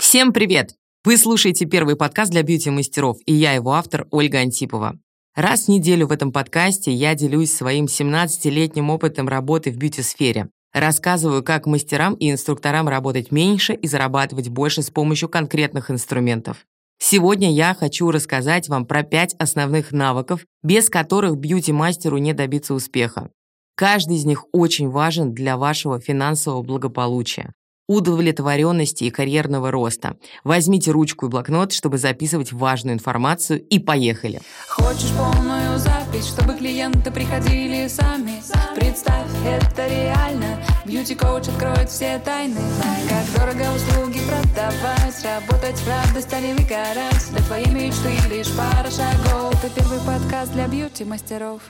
Всем привет! Вы слушаете первый подкаст для бьюти-мастеров, и я его автор Ольга Антипова. Раз в неделю в этом подкасте я делюсь своим 17-летним опытом работы в бьюти-сфере. Рассказываю, как мастерам и инструкторам работать меньше и зарабатывать больше с помощью конкретных инструментов. Сегодня я хочу рассказать вам про 5 основных навыков, без которых бьюти-мастеру не добиться успеха. Каждый из них очень важен для вашего финансового благополучия, удовлетворенности и карьерного роста. Возьмите ручку и блокнот, чтобы записывать важную информацию, и поехали. Хочешь полную запись, чтобы клиенты приходили сами? Представь, это реально. Бьюти-коуч откроет все тайны. Как дорого услуги продавать, работать в радость, а не выгорать. Для твоей мечты лишь пара шагов. Это первый подкаст для бьюти-мастеров.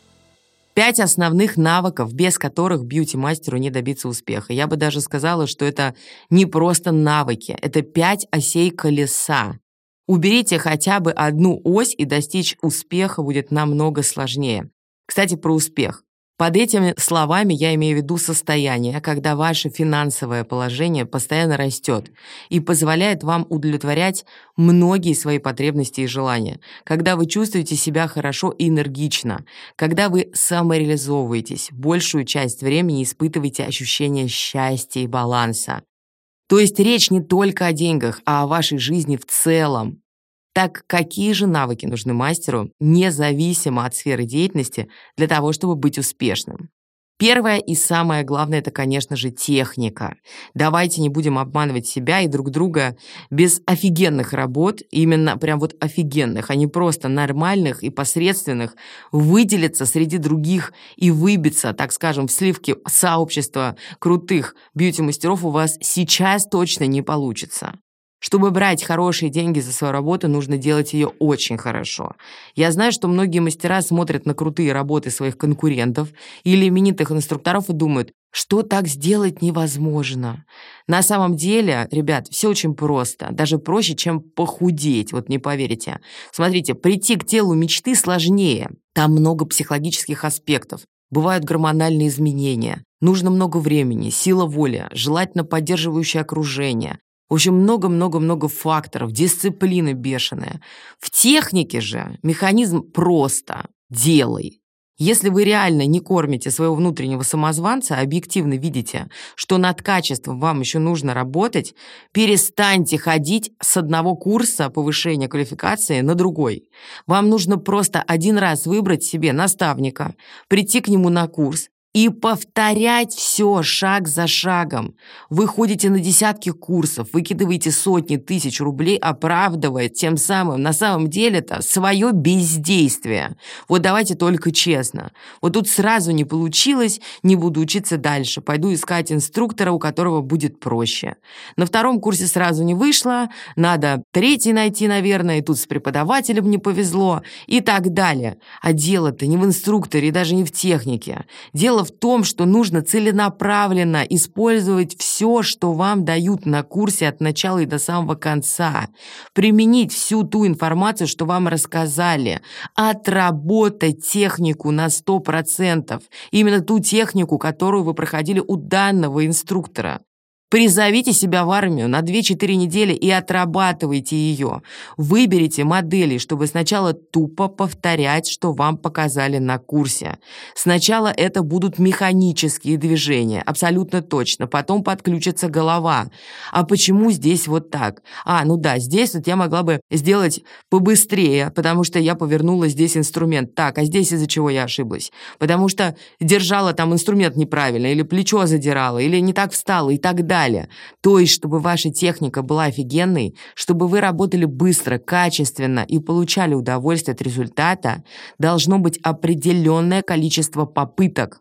5 основных навыков, без которых бьюти-мастеру не добиться успеха. Я бы даже сказала, что это не просто навыки, это 5 осей колеса. Уберите хотя бы одну ось, и достичь успеха будет намного сложнее. Кстати, про успех. Под этими словами я имею в виду состояние, когда ваше финансовое положение постоянно растет и позволяет вам удовлетворять многие свои потребности и желания, когда вы чувствуете себя хорошо и энергично, когда вы самореализовываетесь, большую часть времени испытываете ощущение счастья и баланса. То есть речь не только о деньгах, а о вашей жизни в целом. Так какие же навыки нужны мастеру, независимо от сферы деятельности, для того, чтобы быть успешным? Первое и самое главное – это, конечно же, техника. Давайте не будем обманывать себя и друг друга. Без офигенных работ, именно прям вот офигенных, а не просто нормальных и посредственных, выделиться среди других и выбиться, так скажем, в сливки сообщества крутых бьюти-мастеров у вас сейчас точно не получится. Чтобы брать хорошие деньги за свою работу, нужно делать ее очень хорошо. Я знаю, что многие мастера смотрят на крутые работы своих конкурентов или именитых инструкторов и думают, что так сделать невозможно. На самом деле, ребят, все очень просто. Даже проще, чем похудеть, вот не поверите. Смотрите, прийти к телу мечты сложнее. Там много психологических аспектов. Бывают гормональные изменения. Нужно много времени, сила воли, желательно поддерживающее окружение. В общем, много-много-много факторов, дисциплина бешеная. В технике же механизм просто «делай». Если вы реально не кормите своего внутреннего самозванца, а объективно видите, что над качеством вам еще нужно работать, перестаньте ходить с одного курса повышения квалификации на другой. Вам нужно просто один раз выбрать себе наставника, прийти к нему на курс, и повторять все шаг за шагом. Вы ходите на десятки курсов, выкидываете сотни тысяч рублей, оправдывая тем самым на самом деле-то свое бездействие. Вот давайте только честно. Вот тут сразу не получилось, не буду учиться дальше. Пойду искать инструктора, у которого будет проще. На втором курсе сразу не вышло, надо третий найти, наверное, и тут с преподавателем не повезло и так далее. А дело-то не в инструкторе и даже не в технике. Дело в том, что нужно целенаправленно использовать все, что вам дают на курсе от начала и до самого конца. Применить всю ту информацию, что вам рассказали. Отработать технику на 100%. Именно ту технику, которую вы проходили у данного инструктора. Призовите себя в армию на 2-4 недели и отрабатывайте ее. Выберите модели, чтобы сначала тупо повторять, что вам показали на курсе. Сначала это будут механические движения, абсолютно точно. Потом подключится голова. А почему здесь вот так? Здесь вот я могла бы сделать побыстрее, потому что я повернула здесь инструмент. Так, а здесь из-за чего я ошиблась? Потому что держала там инструмент неправильно, или плечо задирала, или не так встала и так далее. То есть, чтобы ваша техника была офигенной, чтобы вы работали быстро, качественно и получали удовольствие от результата, должно быть определенное количество попыток.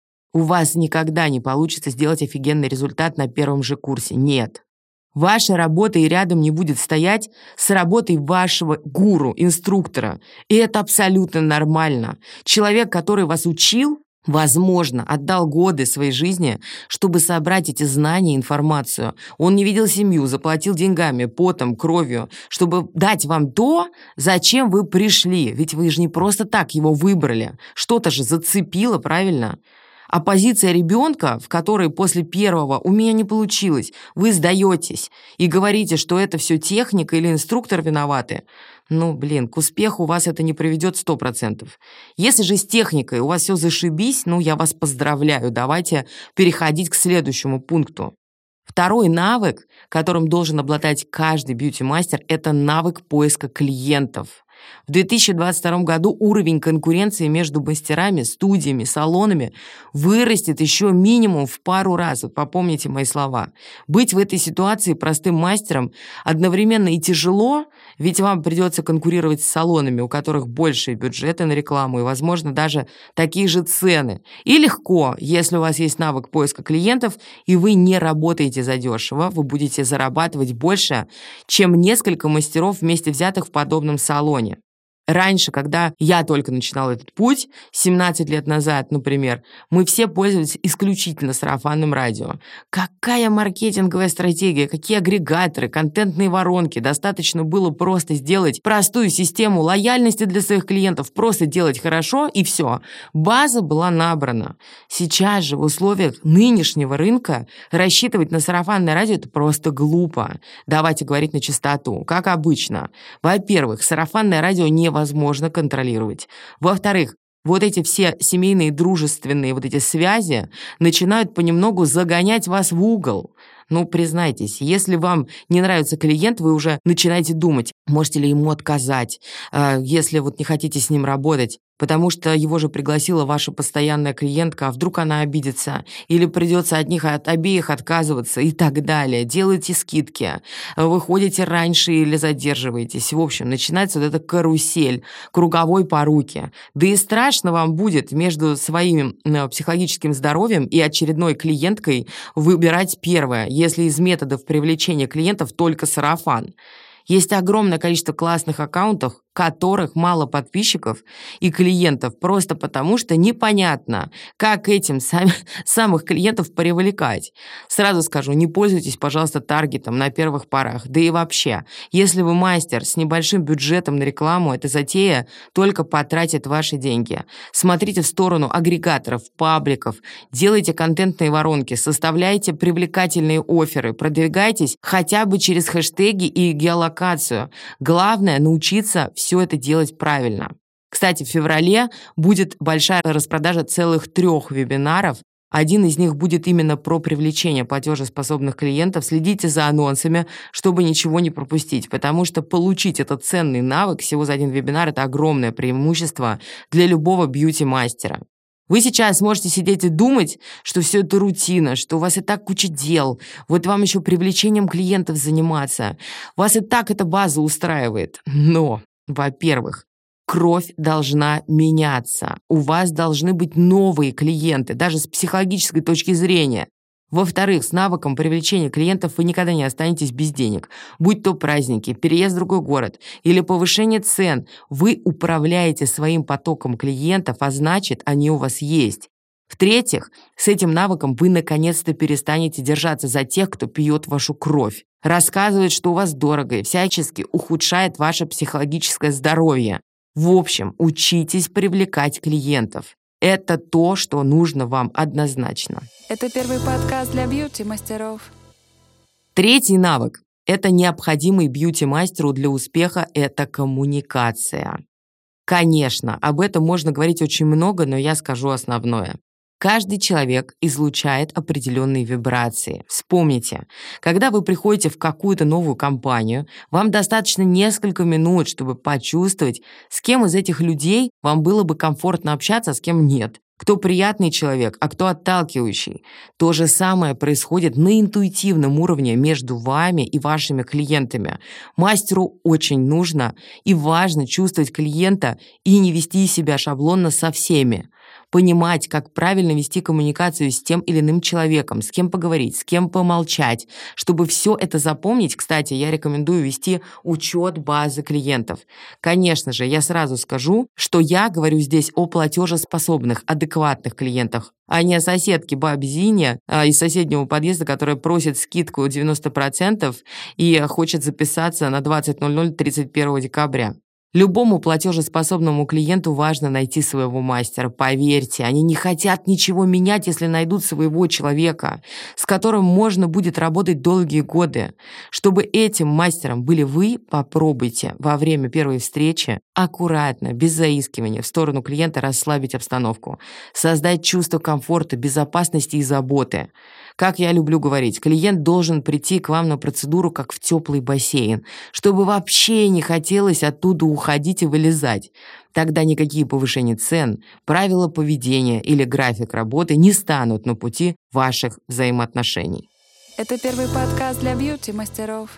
У вас никогда не получится сделать офигенный результат на первом же курсе. Нет. Ваша работа и рядом не будет стоять с работой вашего гуру, инструктора. И это абсолютно нормально. Человек, который вас учил, возможно, отдал годы своей жизни, чтобы собрать эти знания и информацию. Он не видел семью, заплатил деньгами, потом, кровью, чтобы дать вам то, зачем вы пришли. Ведь вы же не просто так его выбрали. Что-то же зацепило, правильно? А позиция ребенка, в которой после первого «у меня не получилось», вы сдаетесь и говорите, что это все техника или инструктор виноваты, к успеху вас это не приведет 100%. Если же с техникой у вас все зашибись, я вас поздравляю, давайте переходить к следующему пункту. Второй навык, которым должен обладать каждый бьюти-мастер, это навык поиска клиентов. В 2022 году уровень конкуренции между мастерами, студиями, салонами вырастет еще минимум в пару раз. Вот попомните мои слова. Быть в этой ситуации простым мастером одновременно и тяжело, ведь вам придется конкурировать с салонами, у которых большие бюджеты на рекламу и, возможно, даже такие же цены. И легко, если у вас есть навык поиска клиентов, и вы не работаете задешево, вы будете зарабатывать больше, чем несколько мастеров вместе взятых в подобном салоне. Раньше, когда я только начинала этот путь, 17 лет назад, например, мы все пользовались исключительно сарафанным радио. Какая маркетинговая стратегия, какие агрегаторы, контентные воронки. Достаточно было просто сделать простую систему лояльности для своих клиентов, просто делать хорошо, и все. База была набрана. Сейчас же в условиях нынешнего рынка рассчитывать на сарафанное радио – это просто глупо. Давайте говорить на чистоту. Как обычно. Во-первых, сарафанное радио невозможно контролировать. Во-вторых, вот эти все семейные, дружественные вот эти связи начинают понемногу загонять вас в угол. Признайтесь, если вам не нравится клиент, вы уже начинаете думать, можете ли ему отказать, если не хотите с ним работать, потому что его же пригласила ваша постоянная клиентка, а вдруг она обидится, или придется от обеих отказываться и так далее. Делайте скидки, выходите раньше или задерживаетесь. В общем, начинается вот эта карусель круговой поруки. Да и страшно вам будет между своим психологическим здоровьем и очередной клиенткой выбирать первое, если из методов привлечения клиентов только сарафан. Есть огромное количество классных аккаунтов, в которых мало подписчиков и клиентов, просто потому что непонятно, как этим самых клиентов привлекать. Сразу скажу, не пользуйтесь, пожалуйста, таргетом на первых порах. Да и вообще, если вы мастер с небольшим бюджетом на рекламу, эта затея только потратит ваши деньги. Смотрите в сторону агрегаторов, пабликов, делайте контентные воронки, составляйте привлекательные офферы, продвигайтесь хотя бы через хэштеги и геолокацию. Главное – научиться все это делать правильно. Кстати, в феврале будет большая распродажа целых 3 вебинаров. Один из них будет именно про привлечение платежеспособных клиентов. Следите за анонсами, чтобы ничего не пропустить, потому что получить этот ценный навык всего за один вебинар – это огромное преимущество для любого бьюти-мастера. Вы сейчас можете сидеть и думать, что все это рутина, что у вас и так куча дел, вот вам еще привлечением клиентов заниматься. Вас и так эта база устраивает. Но, во-первых, кровь должна меняться. У вас должны быть новые клиенты, даже с психологической точки зрения. Во-вторых, с навыком привлечения клиентов вы никогда не останетесь без денег. Будь то праздники, переезд в другой город или повышение цен, вы управляете своим потоком клиентов, а значит, они у вас есть. В-третьих, с этим навыком вы наконец-то перестанете держаться за тех, кто пьет вашу кровь, рассказывает, что у вас дорого и всячески ухудшает ваше психологическое здоровье. В общем, учитесь привлекать клиентов. Это то, что нужно вам однозначно. Это первый подкаст для бьюти-мастеров. Третий навык – это необходимый бьюти-мастеру для успеха – это коммуникация. Конечно, об этом можно говорить очень много, но я скажу основное. Каждый человек излучает определенные вибрации. Вспомните, когда вы приходите в какую-то новую компанию, вам достаточно несколько минут, чтобы почувствовать, с кем из этих людей вам было бы комфортно общаться, а с кем нет. Кто приятный человек, а кто отталкивающий. То же самое происходит на интуитивном уровне между вами и вашими клиентами. Мастеру очень нужно и важно чувствовать клиента и не вести себя шаблонно со всеми. Понимать, как правильно вести коммуникацию с тем или иным человеком, с кем поговорить, с кем помолчать. Чтобы все это запомнить, кстати, я рекомендую вести учет базы клиентов. Конечно же, я сразу скажу, что я говорю здесь о платежеспособных, адекватных клиентах, а не о соседке бабе Зине из соседнего подъезда, которая просит скидку 90% и хочет записаться на 20:00 31 декабря. Любому платежеспособному клиенту важно найти своего мастера. Поверьте, они не хотят ничего менять, если найдут своего человека, с которым можно будет работать долгие годы. Чтобы этим мастером были вы, попробуйте во время первой встречи аккуратно, без заискивания, в сторону клиента расслабить обстановку, создать чувство комфорта, безопасности и заботы. Как я люблю говорить, клиент должен прийти к вам на процедуру, как в теплый бассейн, чтобы вообще не хотелось оттуда уходить и вылезать. Тогда никакие повышения цен, правила поведения или график работы не станут на пути ваших взаимоотношений. Это первый подкаст для бьюти-мастеров.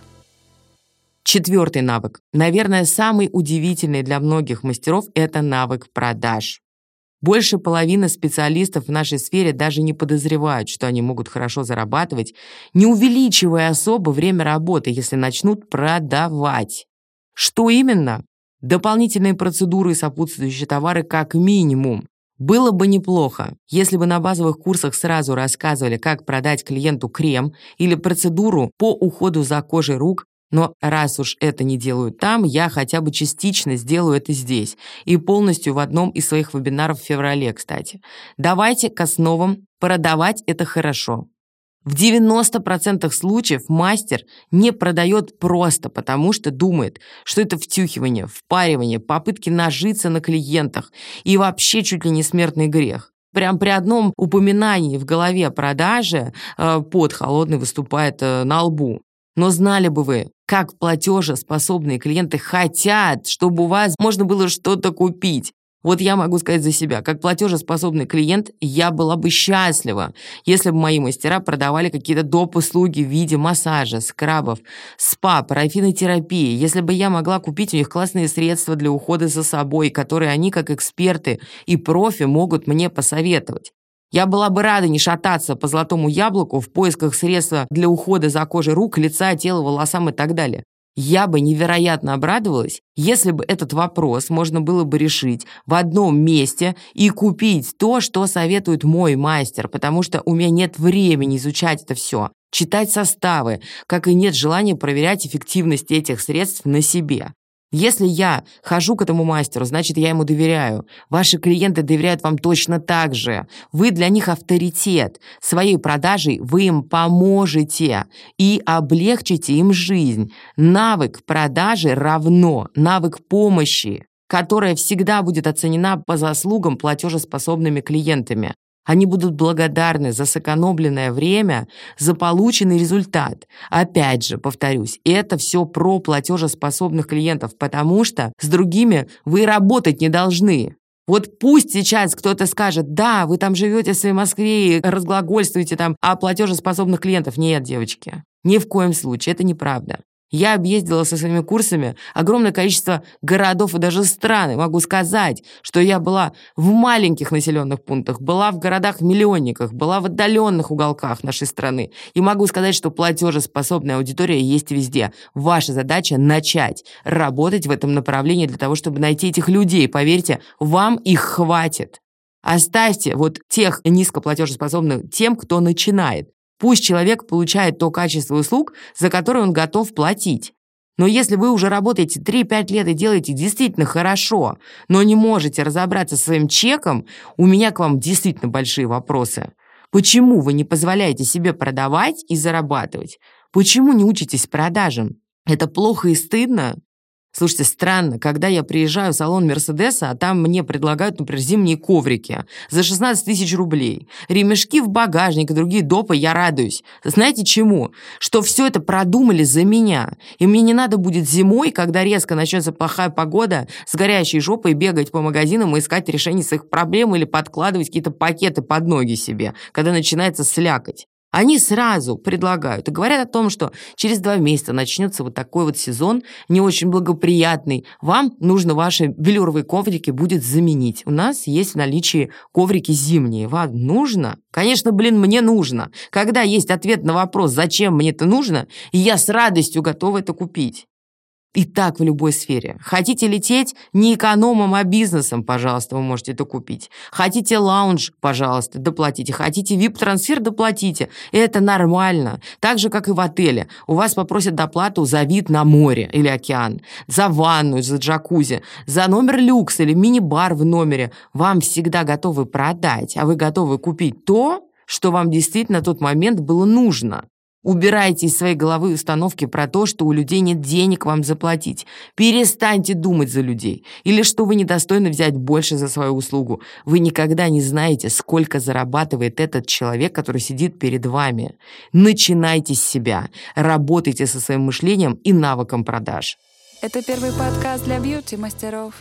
4-й навык. Наверное, самый удивительный для многих мастеров – это навык продаж. Больше половины специалистов в нашей сфере даже не подозревают, что они могут хорошо зарабатывать, не увеличивая особо время работы, если начнут продавать. Что именно? Дополнительные процедуры и сопутствующие товары как минимум. Было бы неплохо, если бы на базовых курсах сразу рассказывали, как продать клиенту крем или процедуру по уходу за кожей рук, но раз уж это не делают там, я хотя бы частично сделаю это здесь. И полностью в одном из своих вебинаров в феврале, кстати. Давайте к основам. Продавать это хорошо. В 90% случаев мастер не продает просто потому, что думает, что это втюхивание, впаривание, попытки нажиться на клиентах и вообще чуть ли не смертный грех. Прям при одном упоминании в голове о продаже пот холодный выступает на лбу. Но знали бы вы, как платежеспособные клиенты хотят, чтобы у вас можно было что-то купить. Вот я могу сказать за себя, как платежеспособный клиент, я была бы счастлива, если бы мои мастера продавали какие-то доп. Услуги в виде массажа, скрабов, спа, парафинотерапии, если бы я могла купить у них классные средства для ухода за собой, которые они, как эксперты и профи, могут мне посоветовать. Я была бы рада не шататься по золотому яблоку в поисках средства для ухода за кожей рук, лица, тела, волосам и так далее. Я бы невероятно обрадовалась, если бы этот вопрос можно было бы решить в одном месте и купить то, что советует мой мастер, потому что у меня нет времени изучать это все, читать составы, как и нет желания проверять эффективность этих средств на себе. Если я хожу к этому мастеру, значит, я ему доверяю. Ваши клиенты доверяют вам точно так же. Вы для них авторитет. Своей продажей вы им поможете и облегчите им жизнь. Навык продажи равно навык помощи, которая всегда будет оценена по заслугам платежеспособными клиентами. Они будут благодарны за сэкономленное время, за полученный результат. Опять же, повторюсь, это все про платежеспособных клиентов, потому что с другими вы работать не должны. Вот пусть сейчас кто-то скажет, да, вы там живете в своей Москве и разглагольствуете там о платежеспособных клиентов. Нет, девочки, ни в коем случае, это неправда. Я объездила со своими курсами огромное количество городов и даже стран. И могу сказать, что я была в маленьких населенных пунктах, была в городах-миллионниках, была в отдаленных уголках нашей страны. И могу сказать, что платежеспособная аудитория есть везде. Ваша задача начать работать в этом направлении для того, чтобы найти этих людей. Поверьте, вам их хватит. Оставьте вот тех низкоплатежеспособных тем, кто начинает. Пусть человек получает то качество услуг, за которое он готов платить. Но если вы уже работаете 3-5 лет и делаете действительно хорошо, но не можете разобраться со своим чеком, у меня к вам действительно большие вопросы. Почему вы не позволяете себе продавать и зарабатывать? Почему не учитесь продажам? Это плохо и стыдно? Слушайте, странно, когда я приезжаю в салон Мерседеса, а там мне предлагают, например, зимние коврики за 16 тысяч рублей, ремешки в багажник и другие допы, я радуюсь. Знаете чему? Что все это продумали за меня. И мне не надо будет зимой, когда резко начнется плохая погода, с горящей жопой бегать по магазинам и искать решение своих проблем или подкладывать какие-то пакеты под ноги себе, когда начинается слякоть. Они сразу предлагают и говорят о том, что через 2 месяца начнется вот такой вот сезон, не очень благоприятный. Вам нужно ваши велюровые коврики будет заменить. У нас есть в наличии коврики зимние. Вам нужно? Конечно, мне нужно. Когда есть ответ на вопрос, зачем мне это нужно, я с радостью готова это купить. И так в любой сфере. Хотите лететь не экономом, а бизнесом, пожалуйста, вы можете это купить. Хотите лаунж, пожалуйста, доплатите. Хотите VIP-трансфер, доплатите. Это нормально. Так же, как и в отеле. У вас попросят доплату за вид на море или океан, за ванную, за джакузи, за номер люкс или мини-бар в номере. Вам всегда готовы продать, а вы готовы купить то, что вам действительно в тот момент было нужно. Убирайте из своей головы установки про то, что у людей нет денег вам заплатить. Перестаньте думать за людей. Или что вы недостойны взять больше за свою услугу. Вы никогда не знаете, сколько зарабатывает этот человек, который сидит перед вами. Начинайте с себя. Работайте со своим мышлением и навыком продаж. Это первый подкаст для бьюти-мастеров.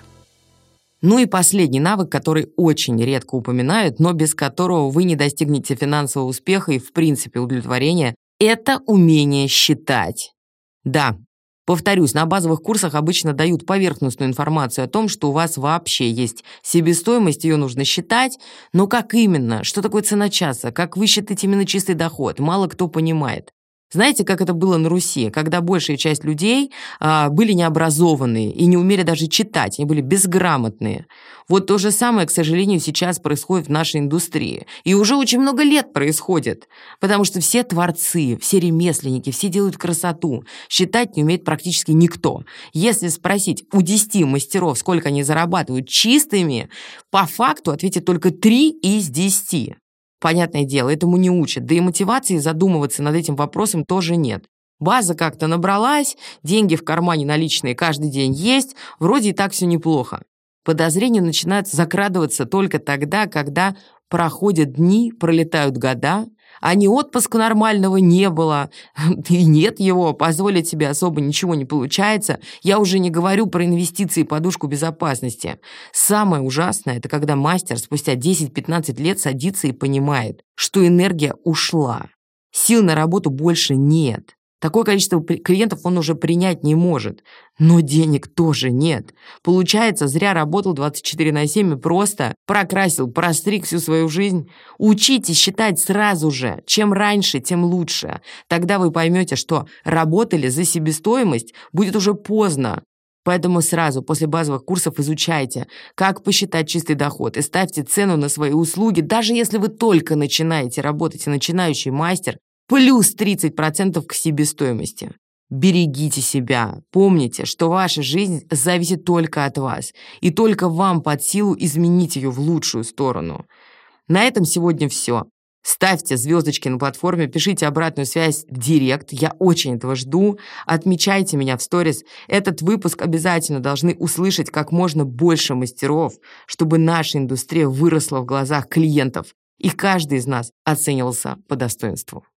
Ну и последний навык, который очень редко упоминают, но без которого вы не достигнете финансового успеха и, в принципе, удовлетворения, это умение считать. Да, повторюсь, на базовых курсах обычно дают поверхностную информацию о том, что у вас вообще есть себестоимость, ее нужно считать, но как именно, что такое цена часа, как высчитать именно чистый доход, мало кто понимает. Знаете, как это было на Руси, когда большая часть людей были необразованные и не умели даже читать, они были безграмотные. Вот то же самое, к сожалению, сейчас происходит в нашей индустрии. И уже очень много лет происходит, потому что все творцы, все ремесленники, все делают красоту. Считать не умеет практически никто. Если спросить у 10 мастеров, сколько они зарабатывают чистыми, по факту ответят только 3 из 10. Понятное дело, этому не учат, да и мотивации задумываться над этим вопросом тоже нет. База как-то набралась, деньги в кармане наличные каждый день есть, вроде и так все неплохо. Подозрения начинают закрадываться только тогда, когда проходят дни, пролетают года, а ни отпуска нормального не было, и нет его, позволить себе особо ничего не получается. Я уже не говорю про инвестиции и подушку безопасности. Самое ужасное – это когда мастер спустя 10-15 лет садится и понимает, что энергия ушла, сил на работу больше нет. Такое количество клиентов он уже принять не может. Но денег тоже нет. Получается, зря работал 24/7 и просто прокрасил, простриг всю свою жизнь. Учитесь считать сразу же. Чем раньше, тем лучше. Тогда вы поймете, что работали за себестоимость, будет уже поздно. Поэтому сразу после базовых курсов изучайте, как посчитать чистый доход и ставьте цену на свои услуги, даже если вы только начинаете работать и начинающий мастер, плюс 30% к себестоимости. Берегите себя. Помните, что ваша жизнь зависит только от вас, и только вам под силу изменить ее в лучшую сторону. На этом сегодня все. Ставьте звездочки на платформе, пишите обратную связь в директ, я очень этого жду. Отмечайте меня в сторис. Этот выпуск обязательно должны услышать как можно больше мастеров, чтобы наша индустрия выросла в глазах клиентов, и каждый из нас оценивался по достоинству.